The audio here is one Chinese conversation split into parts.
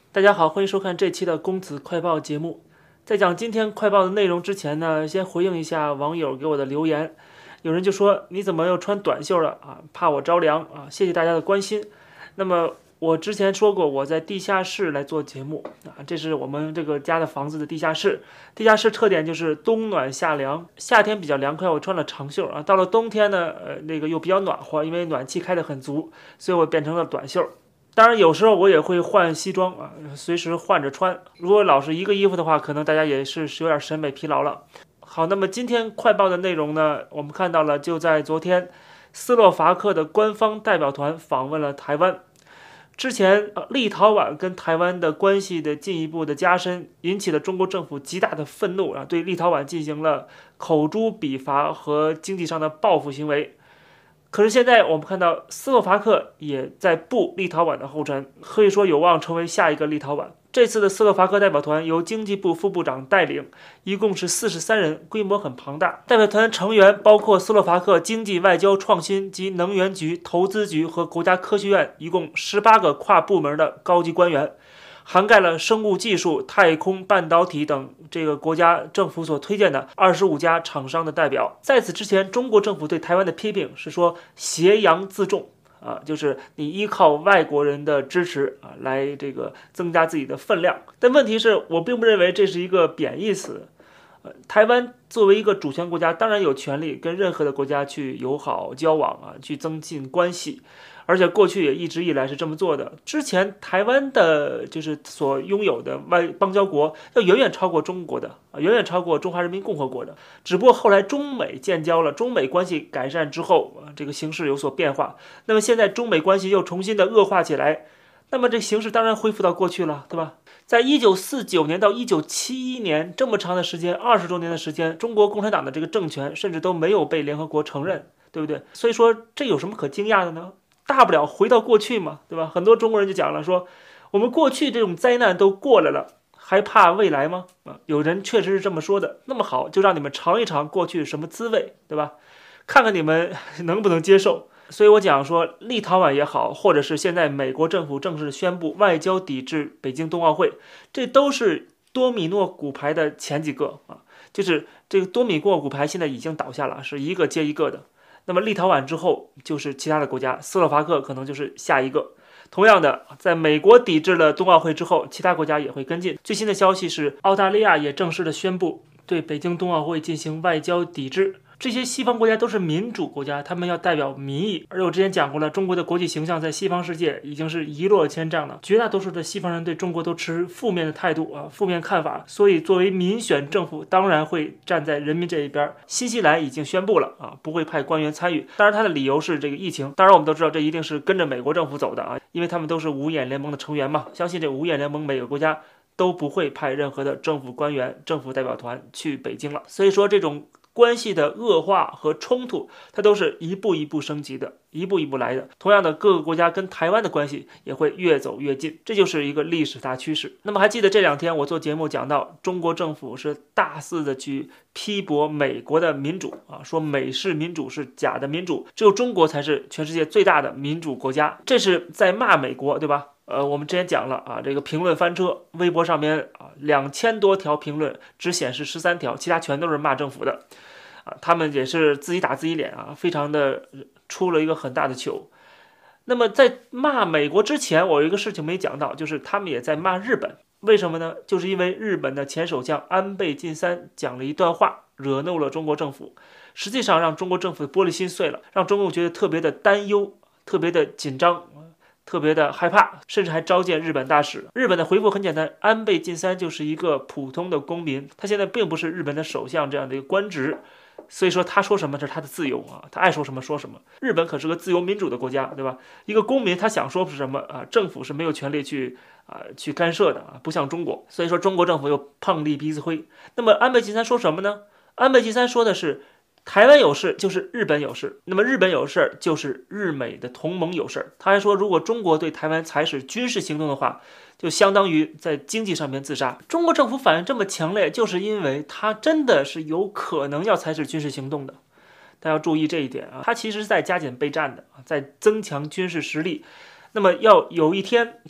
大家好，欢迎收看这期的公子快报节目。在讲今天快报的内容之前呢，先回应一下网友给我的留言。有人就说你怎么又穿短袖了啊？怕我着凉啊？谢谢大家的关心。那么我之前说过，我在地下室来做节目啊，这是我们这个家的房子的地下室。地下室特点就是冬暖夏凉，夏天比较凉快，我穿了长袖啊。到了冬天呢，那个又比较暖和，因为暖气开得很足，所以我变成了短袖。当然，有时候我也会换西装啊，随时换着穿。如果老是一个衣服的话，可能大家也是有点审美疲劳了。好，那么今天快报的内容呢，我们看到了，就在昨天，斯洛伐克的官方代表团访问了台湾。之前，立陶宛跟台湾的关系的进一步的加深，引起了中国政府极大的愤怒啊，对立陶宛进行了口诛笔伐和经济上的报复行为。可是现在我们看到斯洛伐克也在步立陶宛的后尘，可以说有望成为下一个立陶宛。这次的斯洛伐克代表团由经济部副部长带领，一共是43人，规模很庞大。代表团成员包括斯洛伐克经济、外交、创新及能源局、投资局和国家科学院，一共18个跨部门的高级官员。涵盖了生物技术、太空、半导体等这个国家政府所推荐的25家厂商的代表。在此之前，中国政府对台湾的批评是说挟洋自重啊，就是你依靠外国人的支持啊，来这个增加自己的分量。但问题是我并不认为这是一个贬义词。台湾作为一个主权国家，当然有权利跟任何的国家去友好交往啊，去增进关系。而且过去也一直以来是这么做的。之前台湾的就是所拥有的邦交国要远远超过中国的，远远超过中华人民共和国的。只不过后来中美建交了，中美关系改善之后，这个形势有所变化。那么现在中美关系又重新的恶化起来，那么这形势当然恢复到过去了，对吧？在1949年到1971年这么长的时间，20多年的时间，中国共产党的这个政权甚至都没有被联合国承认，对不对？所以说这有什么可惊讶的呢？大不了回到过去嘛，对吧？很多中国人就讲了说，我们过去这种灾难都过来了，还怕未来吗？有人确实是这么说的。那么好，就让你们尝一尝过去什么滋味，对吧？看看你们能不能接受。所以我讲说，立陶宛也好，或者是现在美国政府正式宣布外交抵制北京冬奥会，这都是多米诺骨牌的前几个啊，就是这个多米诺骨牌现在已经倒下了，是一个接一个的。那么立陶宛之后就是其他的国家，斯洛伐克可能就是下一个。同样的，在美国抵制了冬奥会之后，其他国家也会跟进。最新的消息是，澳大利亚也正式的宣布对北京冬奥会进行外交抵制。这些西方国家都是民主国家，他们要代表民意。而我之前讲过了，中国的国际形象在西方世界已经是一落千丈了，绝大多数的西方人对中国都持负面的态度啊，负面看法。所以作为民选政府，当然会站在人民这一边。新西兰已经宣布了啊，不会派官员参与。当然，他的理由是这个疫情。当然，我们都知道这一定是跟着美国政府走的啊，因为他们都是五眼联盟的成员嘛。相信这五眼联盟每个国家都不会派任何的政府官员、政府代表团去北京了。所以说，这种关系的恶化和冲突，它都是一步一步升级的，一步一步来的。同样的，各个国家跟台湾的关系也会越走越近，这就是一个历史大趋势。那么还记得这2天我做节目讲到，中国政府是大肆的去批驳美国的民主啊，说美式民主是假的民主，只有中国才是全世界最大的民主国家，这是在骂美国，对吧？我们之前讲了啊，这个评论翻车，微博上面啊2000多条评论只显示13条，其他全都是骂政府的。他们也是自己打自己脸啊，非常的出了一个很大的糗。那么在骂美国之前，我有一个事情没讲到，就是他们也在骂日本。为什么呢？就是因为日本的前首相安倍晋三讲了一段话，惹怒了中国政府，实际上让中国政府的玻璃心碎了，让中共觉得特别的担忧，特别的紧张，特别的害怕，甚至还召见日本大使。日本的回复很简单，安倍晋三就是一个普通的公民，他现在并不是日本的首相这样的一个官职，所以说他说什么是他的自由啊，他爱说什么说什么。日本可是个自由民主的国家，对吧？一个公民他想说是什么啊，政府是没有权利去干涉的啊，不像中国。所以说中国政府又碰立鼻子灰。那么安倍晋三说什么呢？安倍晋三说的是，台湾有事就是日本有事，那么日本有事就是日美的同盟有事。他还说，如果中国对台湾采取军事行动的话，就相当于在经济上面自杀。中国政府反应这么强烈，就是因为他真的是有可能要采取军事行动的。大家要注意这一点啊，他其实是在加紧备战的，在增强军事实力。那么要有一天他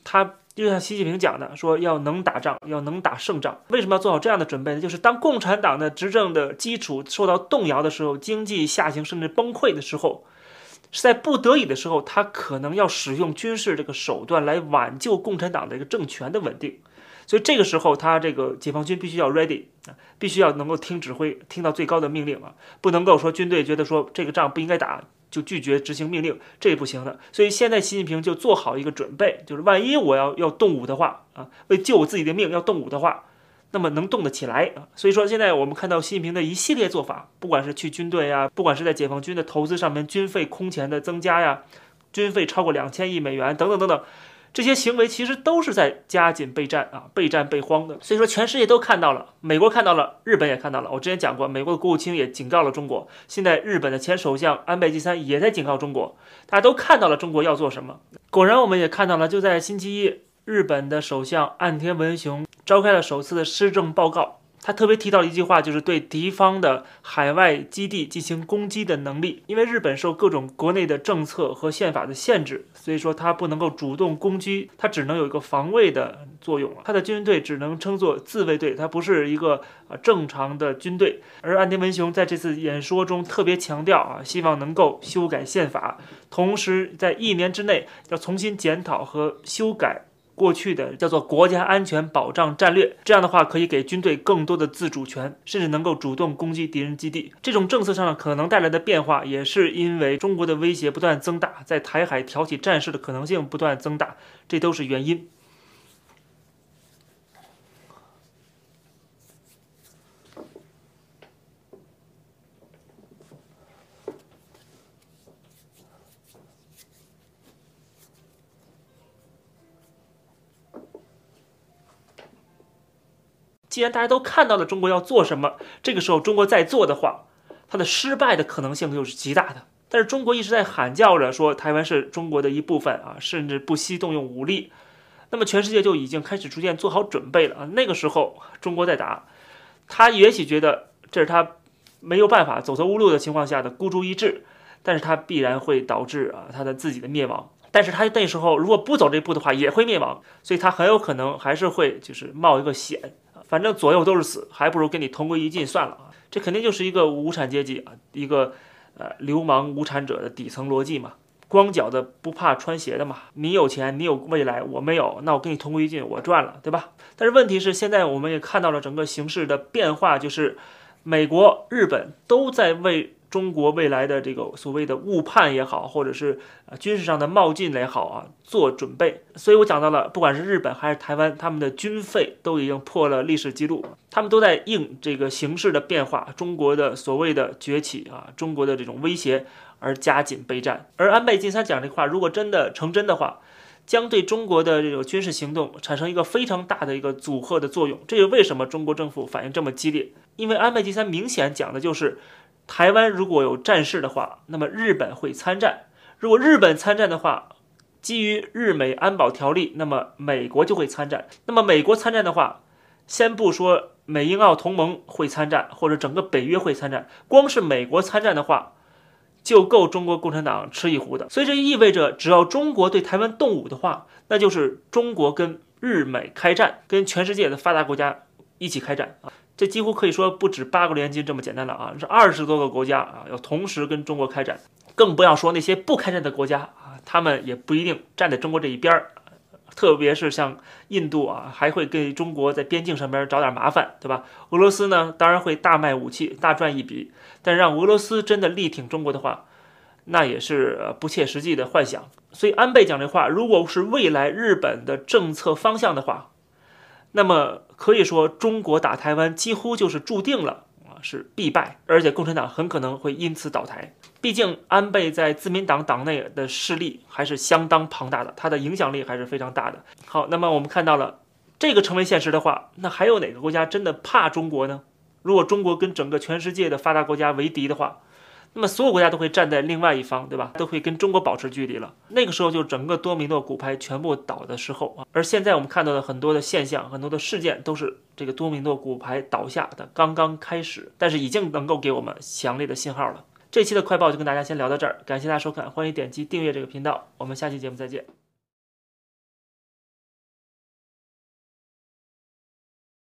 就像习近平讲的，说要能打仗，要能打胜仗。为什么要做好这样的准备呢？就是当共产党的执政的基础受到动摇的时候，经济下行甚至崩溃的时候，是在不得已的时候，他可能要使用军事这个手段来挽救共产党的一个政权的稳定。所以这个时候，他这个解放军必须要 ready 啊，必须要能够听指挥，听到最高的命令啊，不能够说军队觉得说这个仗不应该打，就拒绝执行命令，这也不行的。所以现在习近平就做好一个准备，就是万一我要动武的话啊，为救我自己的命要动武的话，那么能动得起来啊。所以说现在我们看到习近平的一系列做法，不管是去军队呀，不管是在解放军的投资上面，军费空前的增加呀，军费超过2000亿美元等等等等。这些行为其实都是在加紧备战啊，备战备荒的。所以说，全世界都看到了，美国看到了，日本也看到了。我之前讲过，美国的国务卿也警告了中国，现在日本的前首相安倍晋三也在警告中国，大家都看到了中国要做什么。果然，我们也看到了，就在星期一，日本的首相岸田文雄召开了首次的施政报告。他特别提到了一句话，就是对敌方的海外基地进行攻击的能力。因为日本受各种国内的政策和宪法的限制，所以说他不能够主动攻击，他只能有一个防卫的作用了。他的军队只能称作自卫队，他不是一个正常的军队。而岸田文雄在这次演说中特别强调希望能够修改宪法，同时在1年之内要重新检讨和修改过去的叫做国家安全保障战略，这样的话可以给军队更多的自主权，甚至能够主动攻击敌人基地。这种政策上可能带来的变化，也是因为中国的威胁不断增大，在台海挑起战事的可能性不断增大，这都是原因。既然大家都看到了中国要做什么，这个时候中国再做的话，它的失败的可能性就是极大的。但是中国一直在喊叫着说台湾是中国的一部分啊，甚至不惜动用武力。那么全世界就已经开始逐渐做好准备了啊。那个时候中国在打，他也许觉得这是他没有办法走投无路的情况下的孤注一掷，但是他必然会导致他的自己的灭亡。但是他那时候如果不走这步的话，也会灭亡，所以他很有可能还是会就是冒一个险。反正左右都是死，还不如跟你同归于尽算了啊！这肯定就是一个无产阶级啊，一个流氓无产者的底层逻辑嘛。光脚的不怕穿鞋的嘛。你有钱，你有未来，我没有，那我跟你同归于尽，我赚了，对吧？但是问题是，现在我们也看到了整个形势的变化，就是美国、日本都在为中国未来的这个所谓的误判也好，或者是军事上的冒进也好做准备。所以我讲到了，不管是日本还是台湾，他们的军费都已经破了历史记录，他们都在应这个形势的变化，中国的所谓的崛起中国的这种威胁而加紧备战。而安倍晋三讲这话，如果真的成真的话，将对中国的这种军事行动产生一个非常大的一个阻吓的作用。这是为什么中国政府反应这么激烈？因为安倍晋三明显讲的就是台湾如果有战事的话，那么日本会参战。如果日本参战的话，基于日美安保条例，那么美国就会参战。那么美国参战的话，先不说美英澳同盟会参战，或者整个北约会参战，光是美国参战的话，就够中国共产党吃一壶的。所以这意味着，只要中国对台湾动武的话，那就是中国跟日美开战，跟全世界的发达国家一起开战这几乎可以说不止8个联军这么简单了是20多个国家要同时跟中国开战，更不要说那些不开战的国家他们也不一定站在中国这一边特别是像印度还会给中国在边境上边找点麻烦，对吧？俄罗斯呢，当然会大卖武器，大赚一笔，但让俄罗斯真的力挺中国的话，那也是不切实际的幻想。所以安倍讲这话，如果是未来日本的政策方向的话，那么可以说中国打台湾几乎就是注定了是必败，而且共产党很可能会因此倒台。毕竟安倍在自民党党内的势力还是相当庞大的，他的影响力还是非常大的。好，那么我们看到了这个成为现实的话，那还有哪个国家真的怕中国呢？如果中国跟整个全世界的发达国家为敌的话，那么所有国家都会站在另外一方，对吧？都会跟中国保持距离了。那个时候就整个多米诺骨牌全部倒的时候而现在我们看到的很多的现象，很多的事件都是这个多米诺骨牌倒下的刚刚开始，但是已经能够给我们强烈的信号了。这期的快报就跟大家先聊到这儿，感谢大家收看，欢迎点击订阅这个频道，我们下期节目再见。